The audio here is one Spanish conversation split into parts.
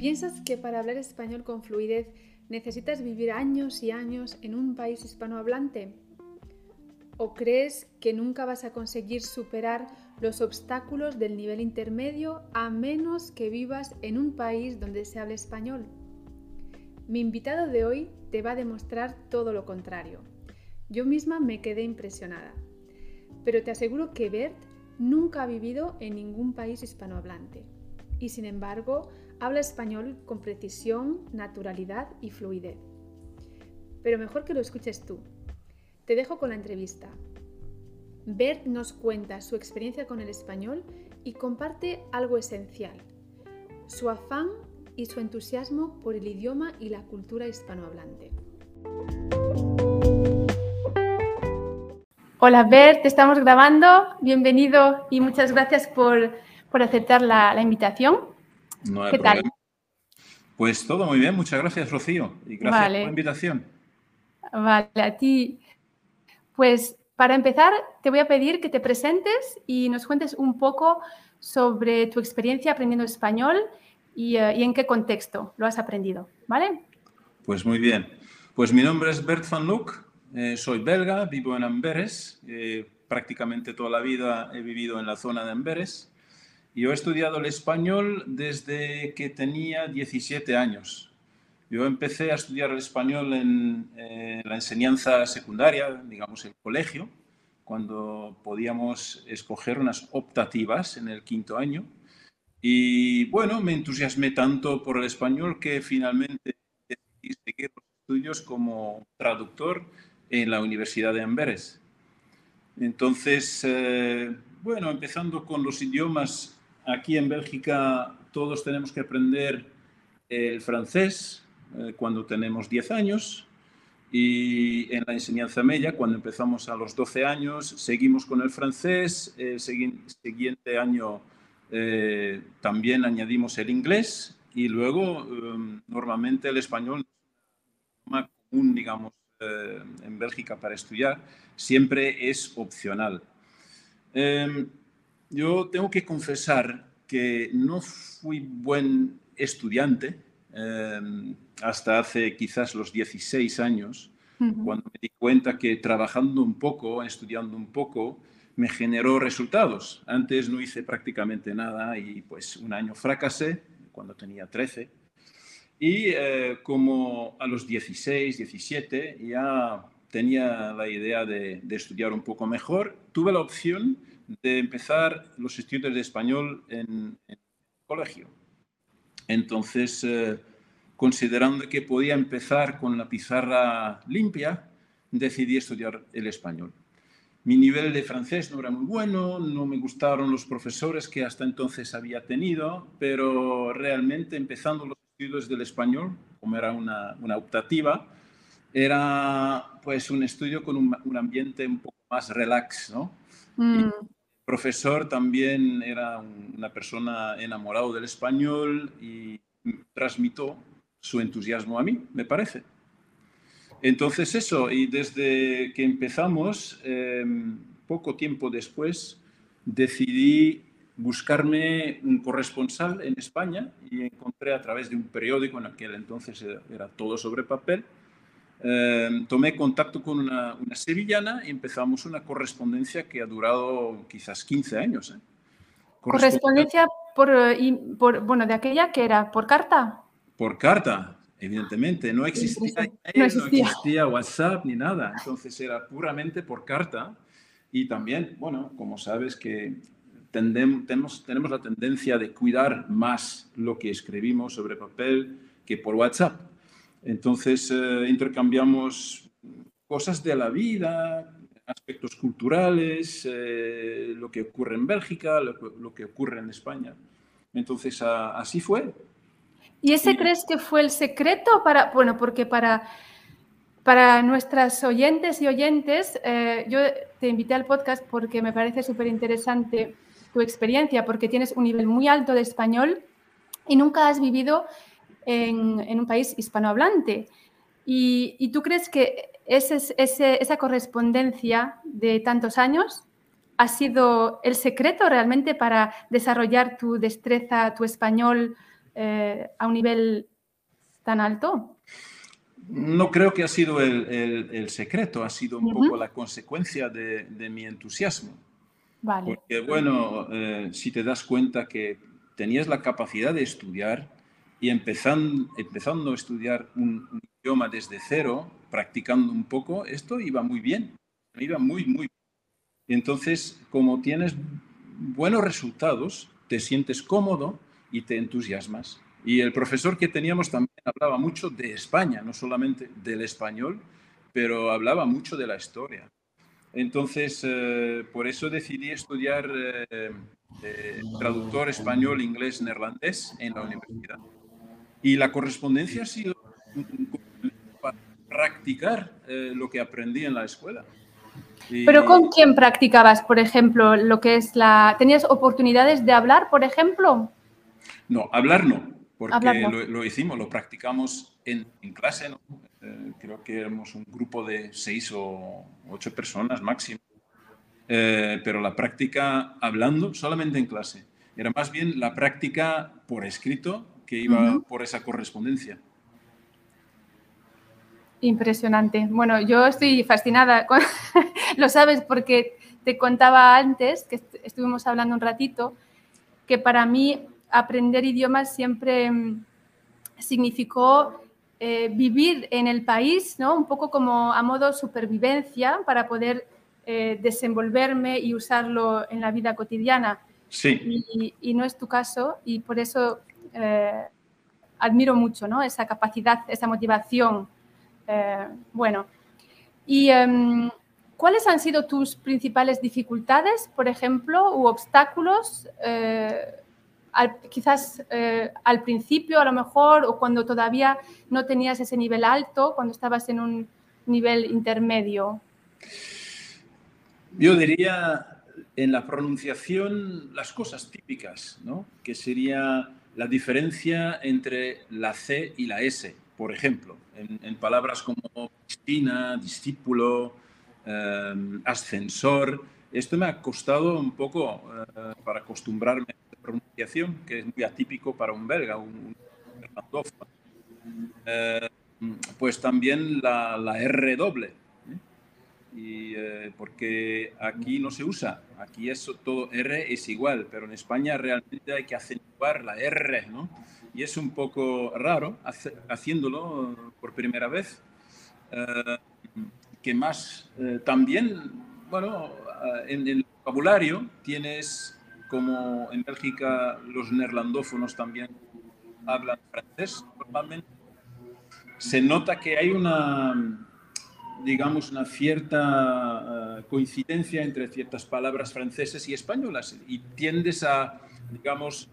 ¿Piensas que para hablar español con fluidez necesitas vivir años y años en un país hispanohablante? ¿O crees que nunca vas a conseguir superar los obstáculos del nivel intermedio a menos que vivas en un país donde se hable español? Mi invitado de hoy te va a demostrar todo lo contrario. Yo misma me quedé impresionada. Pero te aseguro que Bert nunca ha vivido en ningún país hispanohablante. Y sin embargo, habla español con precisión, naturalidad y fluidez. Pero mejor que lo escuches tú. Te dejo con la entrevista. Bert nos cuenta su experiencia con el español y comparte algo esencial: su afán y su entusiasmo por el idioma y la cultura hispanohablante. Hola Bert, te estamos grabando. Bienvenido y muchas gracias por aceptar la invitación. No hay ¿Qué problema. tal? Pues todo muy bien, muchas gracias, Rocío, y gracias por la invitación. Vale, a ti. Pues para empezar, te voy a pedir que te presentes y nos cuentes un poco sobre tu experiencia aprendiendo español y en qué contexto lo has aprendido, ¿vale? Pues muy bien. Pues mi nombre es Bert van Loock, soy belga, vivo en Amberes, prácticamente toda la vida he vivido en la zona de Amberes y yo he estudiado el español desde que tenía 17 años. Yo empecé a estudiar el español en la enseñanza secundaria, digamos el colegio, cuando podíamos escoger unas optativas en el quinto año. Y bueno, me entusiasmé tanto por el español que finalmente decidí seguir los estudios como traductor en la Universidad de Amberes. Entonces, bueno, empezando con los idiomas, aquí en Bélgica todos tenemos que aprender el francés cuando tenemos 10 años. Y en la enseñanza media, cuando empezamos a los 12 años, seguimos con el francés. El siguiente año también añadimos el inglés y luego normalmente el español es un idioma común, digamos, en Bélgica para estudiar. Siempre es opcional. Yo tengo que confesar que no fui buen estudiante hasta hace quizás los 16 años, cuando me di cuenta que trabajando un poco, estudiando un poco, me generó resultados. Antes no hice prácticamente nada y pues un año fracasé cuando tenía 13. Y como a los 16, 17 ya tenía la idea de estudiar un poco mejor, tuve la opción de empezar los estudios de español en el colegio. Entonces, considerando que podía empezar con la pizarra limpia, decidí estudiar el español. Mi nivel de francés no era muy bueno, no me gustaron los profesores que hasta entonces había tenido, pero realmente empezando los estudios del español, como era una optativa, era pues un estudio con un ambiente un poco más relax, ¿no? Y el profesor también era una persona enamorada del español y transmitió su entusiasmo a mí, me parece. Entonces eso, y desde que empezamos, poco tiempo después, decidí buscarme un corresponsal en España y encontré a través de un periódico, en aquel entonces era todo sobre papel, tomé contacto con una sevillana y empezamos una correspondencia que ha durado quizás 15 años. ¿Correspondencia bueno, de aquella que era por carta? Por carta, evidentemente. No existía No email, no existía. existía WhatsApp ni nada. Entonces era puramente por carta. Y también, bueno, como sabes que tenemos la tendencia de cuidar más lo que escribimos sobre papel que por WhatsApp. Entonces intercambiamos cosas de la vida, aspectos culturales, lo que ocurre en Bélgica, lo que ocurre en España. Entonces así fue. ¿Y ese crees que fue el secreto bueno, porque para nuestras oyentes y oyentes, yo te invité al podcast porque me parece súper interesante tu experiencia, porque tienes un nivel muy alto de español y nunca has vivido en un país hispanohablante. ¿Y tú crees que esa correspondencia de tantos años ha sido el secreto realmente para desarrollar tu destreza, tu español a un nivel tan alto? No creo que ha sido el secreto, ha sido un poco la consecuencia de mi entusiasmo. Vale. Porque, bueno, si te das cuenta que tenías la capacidad de estudiar y empezando a estudiar un idioma desde cero, practicando un poco, esto iba muy bien, iba muy, muy bien. Entonces, como tienes buenos resultados, te sientes cómodo y te entusiasmas. Y el profesor que teníamos también hablaba mucho de España, no solamente del español, pero hablaba mucho de la historia. Entonces, por eso decidí estudiar traductor español, inglés, neerlandés en la universidad. Y la correspondencia ha sido para practicar lo que aprendí en la escuela. ¿Pero con Y quién practicabas, por ejemplo, lo que es la... ¿Tenías oportunidades de hablar, por ejemplo? no, hablar no, Hablar porque no. lo hicimos, lo practicamos en clase, ¿no? Creo que éramos un grupo de 6 o 8 personas máximo. Pero la práctica hablando solamente en clase. Era más bien la práctica por escrito que iba por esa correspondencia. Impresionante. Bueno, yo estoy fascinada, lo sabes, porque te contaba antes, que estuvimos hablando un ratito, que para mí aprender idiomas siempre significó vivir en el país, ¿no? Un poco como a modo supervivencia para poder desenvolverme y usarlo en la vida cotidiana. Sí. Y no es tu caso, y por eso admiro mucho, ¿no? Esa capacidad, esa motivación. Bueno, y ¿cuáles han sido tus principales dificultades, por ejemplo, u obstáculos? Quizás al principio, a lo mejor, o cuando todavía no tenías ese nivel alto, cuando estabas en un nivel intermedio. Yo diría en la pronunciación las cosas típicas, ¿no? Que sería la diferencia entre la C y la S, por ejemplo, en palabras como piscina, discípulo, ascensor. Esto me ha costado un poco para acostumbrarme a esta pronunciación, que es muy atípico para un belga, un neerlandófono. Pues también la R doble, y porque aquí no se usa, aquí es todo R es igual, pero en España realmente hay que acentuar la R, ¿no? Y es un poco raro haciéndolo por primera vez. ¿Qué más? También, bueno, en el vocabulario tienes, como en Bélgica los neerlandófonos también hablan francés normalmente, se nota que hay una, digamos, una cierta coincidencia entre ciertas palabras francesas y españolas y tiendes a, digamos,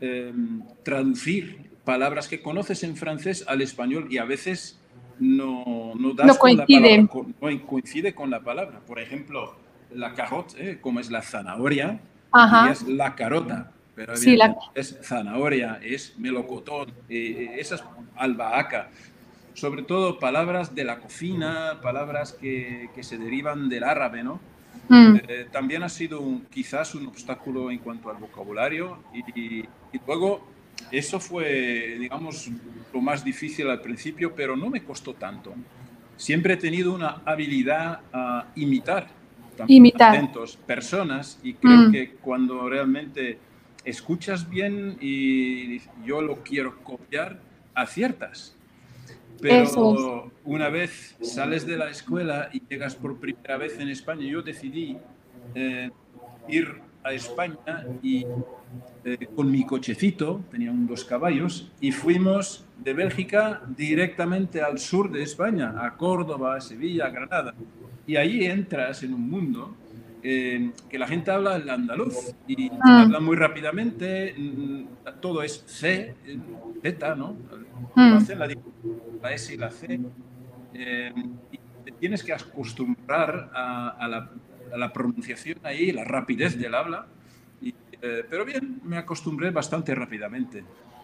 traducir palabras que conoces en francés al español y a veces no das No con la palabra, coincide. no coincide con la palabra. Por ejemplo, la carotte, como es la zanahoria, Ajá. dirías la carota, pero Sí, evidentemente es zanahoria, es melocotón, esa es albahaca. Sobre todo palabras de la cocina, palabras que se derivan del árabe, ¿no? También ha sido quizás un obstáculo en cuanto al vocabulario y luego eso fue, digamos, lo más difícil al principio, pero no me costó tanto. Siempre he tenido una habilidad a imitar también imitar. acentos, personas, y creo que cuando realmente escuchas bien y yo lo quiero copiar, aciertas. Eso es. Pero una vez sales de la escuela y llegas por primera vez en España, yo decidí ir a España y con mi cochecito, tenía un 2 caballos, y fuimos de Bélgica directamente al sur de España, a Córdoba, a Sevilla, a Granada. Y ahí entras en un mundo que la gente habla el andaluz y habla muy rápidamente, todo es C, Z, ¿no? Lo hacen la S y la C, y te tienes que acostumbrar a la pronunciación ahí, la rapidez del habla, pero bien, me acostumbré bastante rápidamente.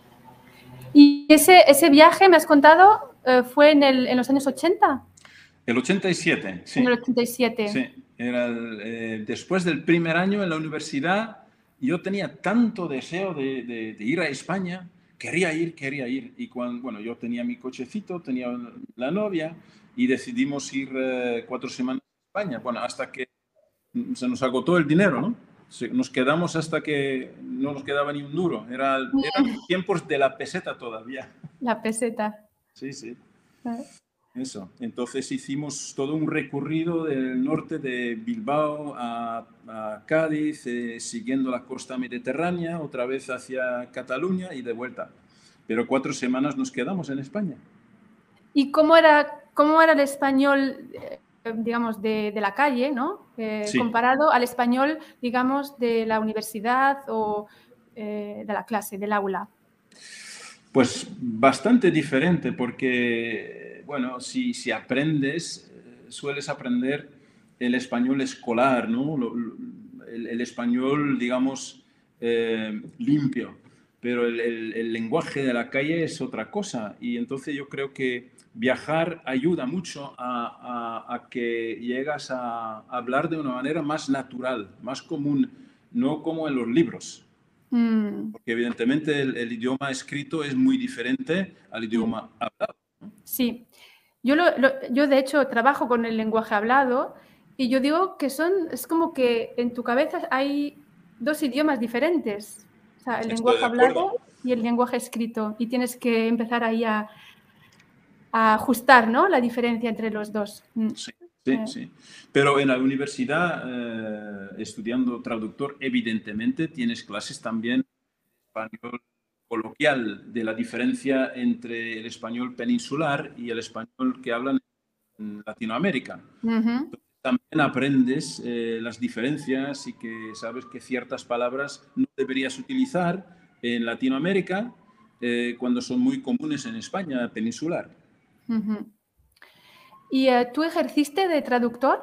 ¿Y ese viaje, me has contado, fue en los años 80? El 87, sí. En el 87. Sí, era después del primer año en la universidad, yo tenía tanto deseo de ir a España quería ir. Y cuando, bueno, yo tenía mi cochecito, tenía la novia y decidimos ir 4 semanas a España. Bueno, hasta que se nos agotó el dinero, ¿no? Nos quedamos hasta que no nos quedaba ni un duro. Eran tiempos de la peseta todavía. La peseta. Sí, sí. Eso. Entonces hicimos todo un recorrido del norte de Bilbao a Cádiz, siguiendo la costa mediterránea, otra vez hacia Cataluña y de vuelta. Pero 4 semanas nos quedamos en España. ¿Y cómo era el español, digamos, de la calle, ¿no? Sí. Comparado al español, digamos, de la universidad o de la clase, del aula? Pues bastante diferente porque, bueno, si aprendes, sueles aprender el español escolar, ¿no? El español, digamos, limpio, pero el lenguaje de la calle es otra cosa. Y entonces yo creo que viajar ayuda mucho a que llegas a hablar de una manera más natural, más común, no como en los libros. Porque evidentemente el idioma escrito es muy diferente al idioma hablado. Sí. Yo de hecho trabajo con el lenguaje hablado y yo digo que es como que en tu cabeza hay 2 idiomas diferentes. O sea, el Estoy lenguaje de acuerdo. hablado y el lenguaje escrito. Y tienes que empezar ahí a ajustar, ¿no? La diferencia entre los dos. Sí, sí, sí. Pero en la universidad, estudiando traductor, evidentemente tienes clases también de español coloquial, de la diferencia entre el español peninsular y el español que hablan en Latinoamérica. Entonces, también aprendes las diferencias y que sabes que ciertas palabras no deberías utilizar en Latinoamérica cuando son muy comunes en España peninsular. ¿Y tú ejerciste de traductor?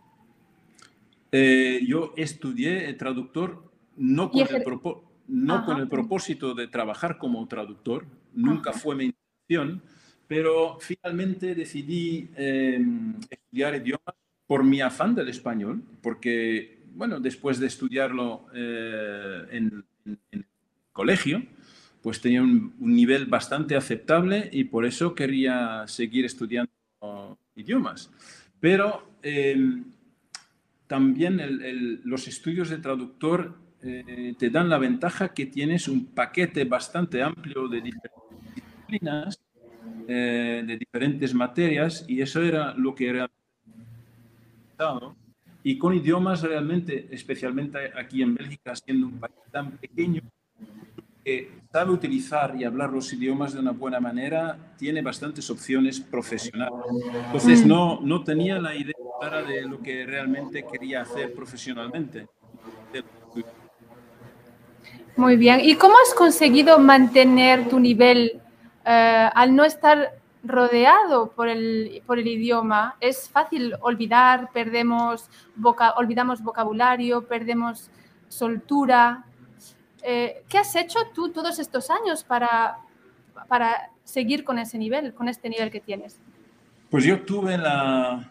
Yo estudié traductor no con el propósito de trabajar como traductor, nunca fue mi intención, pero finalmente decidí estudiar idiomas por mi afán del español, porque, bueno, después de estudiarlo en el colegio, pues tenía un nivel bastante aceptable y por eso quería seguir estudiando idiomas. Pero también los estudios de traductor te dan la ventaja que tienes un paquete bastante amplio de diferentes disciplinas, de diferentes materias, y eso era lo que era. Y con idiomas realmente, especialmente aquí en Bélgica, siendo un país tan pequeño, que sabe utilizar y hablar los idiomas de una buena manera, tiene bastantes opciones profesionales. Entonces no tenía la idea clara de lo que realmente quería hacer profesionalmente. Muy bien. ¿Y cómo has conseguido mantener tu nivel al no estar rodeado por el idioma? Es fácil olvidar, olvidamos vocabulario, perdemos soltura. ¿Qué has hecho tú todos estos años para seguir con ese nivel, con este nivel que tienes? Pues yo tuve la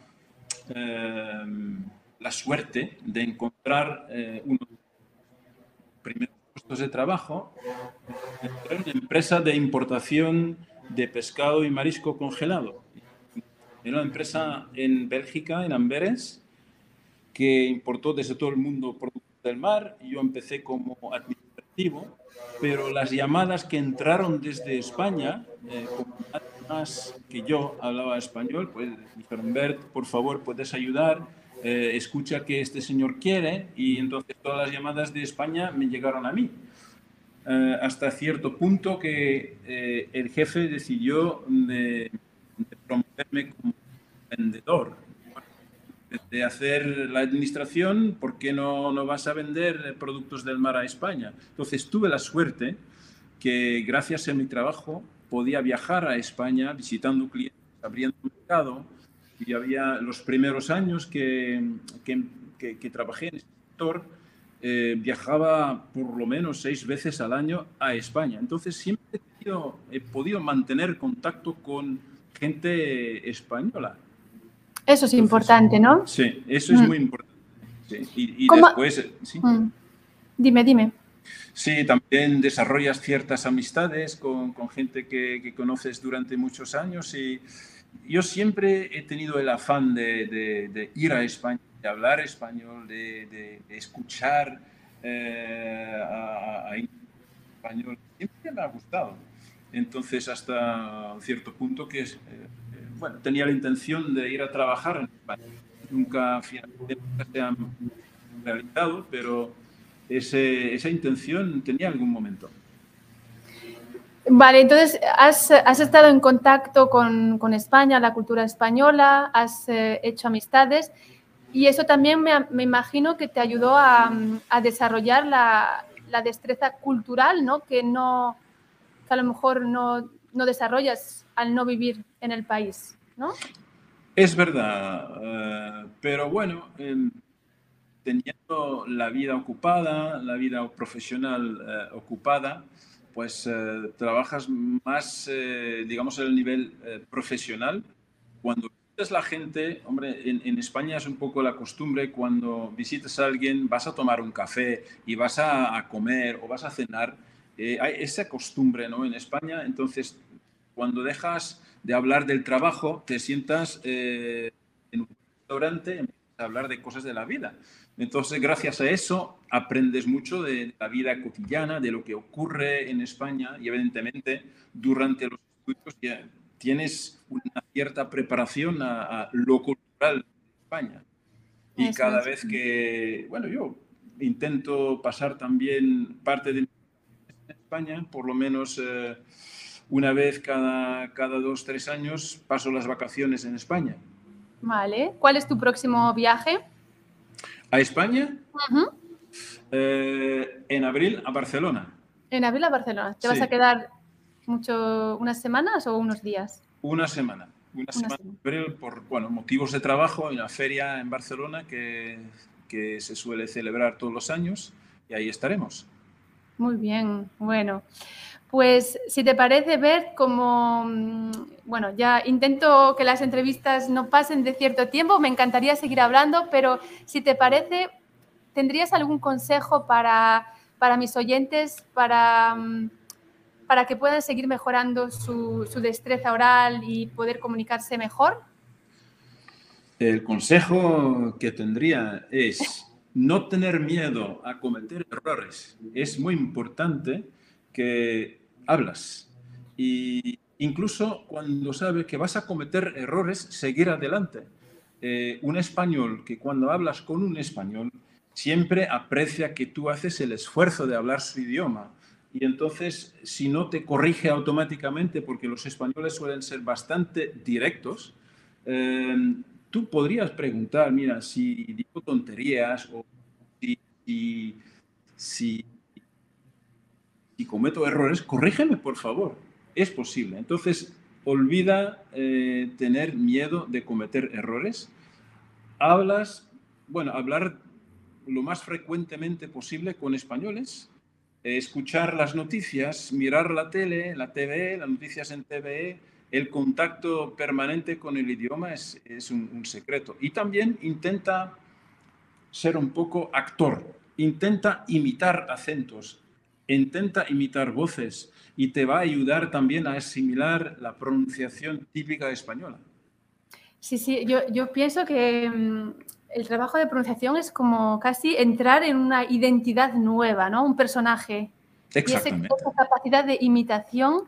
suerte de encontrar unos primeros puestos de trabajo en una empresa de importación de pescado y marisco congelado. Era una empresa en Bélgica, en Amberes, que importó desde todo el mundo productos del mar. Yo empecé como administrativo, pero las llamadas que entraron desde España, como más que yo hablaba español, pues dijeron: Bert, por favor, ¿puedes ayudar? Escucha que este señor quiere. Y entonces todas las llamadas de España me llegaron a mí. Hasta cierto punto que el jefe decidió de promoverme como vendedor. De hacer la administración, ¿por qué no vas a vender productos del mar a España? Entonces tuve la suerte que gracias a mi trabajo podía viajar a España visitando clientes, abriendo mercado, y había los primeros años que trabajé en este sector, viajaba por lo menos 6 veces al año a España. Entonces siempre he podido mantener contacto con gente española. Eso es importante, ¿no? Sí, eso es muy importante. Sí. Y ¿Cómo? después, sí. Dime. Sí, también desarrollas ciertas amistades con gente que conoces durante muchos años y yo siempre he tenido el afán de ir a España, de hablar español, de escuchar a español. Siempre me ha gustado. Entonces, hasta un cierto punto que, bueno, tenía la intención de ir a trabajar en España. Nunca, finalmente, nunca se han realizado, pero esa intención tenía algún momento. Vale, entonces has estado en contacto con España, la cultura española, has hecho amistades y eso también me imagino que te ayudó a desarrollar la destreza cultural, ¿no? Que a lo mejor no desarrollas al no vivir en el país, ¿no? Es verdad, pero bueno, teniendo la vida ocupada, la vida profesional ocupada, pues trabajas más, digamos, en el nivel profesional. Cuando visitas la gente, hombre, en España es un poco la costumbre, cuando visitas a alguien, vas a tomar un café y vas a comer o vas a cenar. Hay esa costumbre, ¿no? En España, entonces, cuando dejas de hablar del trabajo, te sientas en un restaurante y empiezas a hablar de cosas de la vida. Entonces, gracias a eso, aprendes mucho de la vida cotidiana, de lo que ocurre en España y, evidentemente, durante los estudios ya tienes una cierta preparación a lo cultural de España. Y Eso cada es. vez que, bueno, yo intento pasar también parte de mi vida en España, por lo menos una vez cada 2, 3 años paso las vacaciones en España. Vale. ¿Cuál es tu próximo viaje? ¿A España? Uh-huh. En abril a Barcelona. En abril a Barcelona. ¿Te vas a Sí, quedar unas semanas o unos días? una semana. Una Una semana semana. en abril por bueno, motivos de trabajo, en la feria en Barcelona que se suele celebrar todos los años y ahí estaremos. Muy bien, bueno. Pues si te parece, Bert, bueno, ya intento que las entrevistas no pasen de cierto tiempo, me encantaría seguir hablando, pero si te parece, ¿tendrías algún consejo para mis oyentes, para que puedan seguir mejorando su destreza oral y poder comunicarse mejor? El consejo que tendría es no tener miedo a cometer errores. Es muy importante que hablas y incluso cuando sabes que vas a cometer errores, seguir adelante. Un español que cuando hablas con un español siempre aprecia que tú haces el esfuerzo de hablar su idioma. Y entonces, si no te corrige automáticamente, porque los españoles suelen ser bastante directos, eh, tú podrías preguntar, mira, si digo tonterías o si, si, si, si cometo errores, corrígeme, por favor. Es posible. Entonces, olvida tener miedo de cometer errores. Hablar lo más frecuentemente posible con españoles, escuchar las noticias, mirar la tele, la TV, las noticias en TVE, el contacto permanente con el idioma es un secreto. Y también intenta ser un poco actor, intenta imitar acentos, intenta imitar voces y te va a ayudar también a asimilar la pronunciación típica española. Sí, sí, yo pienso que el trabajo de pronunciación es como casi entrar en una identidad nueva, ¿no? Un personaje. Y esa Exactamente. capacidad de imitación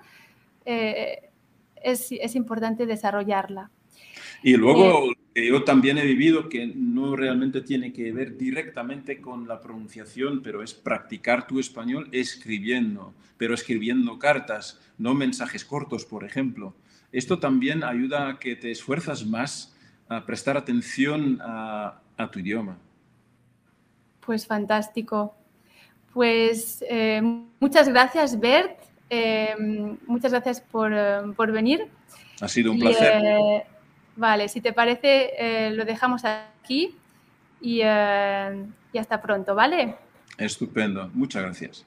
es importante desarrollarla. Y luego, que yo también he vivido, que no realmente tiene que ver directamente con la pronunciación, pero es practicar tu español escribiendo, pero escribiendo cartas, no mensajes cortos, por ejemplo. Esto también ayuda a que te esfuerzas más a prestar atención a tu idioma. Pues fantástico. Pues muchas gracias, Bert. Muchas gracias por venir. Ha sido un Y, placer. vale, si te parece, lo dejamos aquí y hasta pronto, ¿vale? Estupendo. Muchas gracias.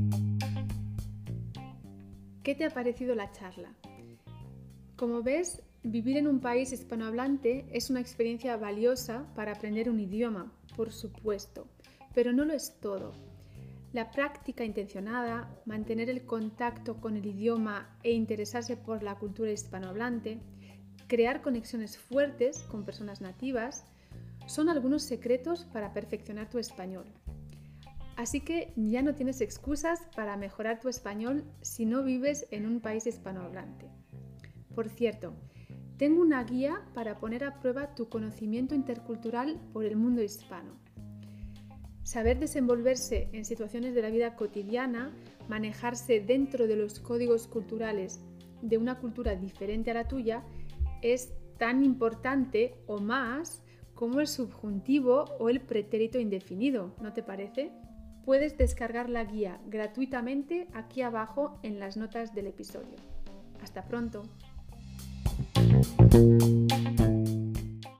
¿Qué te ha parecido la charla? Como ves, Vivir en un país hispanohablante es una experiencia valiosa para aprender un idioma, por supuesto, pero no lo es todo. La práctica intencionada, mantener el contacto con el idioma e interesarse por la cultura hispanohablante, crear conexiones fuertes con personas nativas, son algunos secretos para perfeccionar tu español. Así que ya no tienes excusas para mejorar tu español si no vives en un país hispanohablante. Por cierto, tengo una guía para poner a prueba tu conocimiento intercultural por el mundo hispano. Saber desenvolverse en situaciones de la vida cotidiana, manejarse dentro de los códigos culturales de una cultura diferente a la tuya, es tan importante o más como el subjuntivo o el pretérito indefinido, ¿no te parece? Puedes descargar la guía gratuitamente aquí abajo en las notas del episodio. Hasta pronto.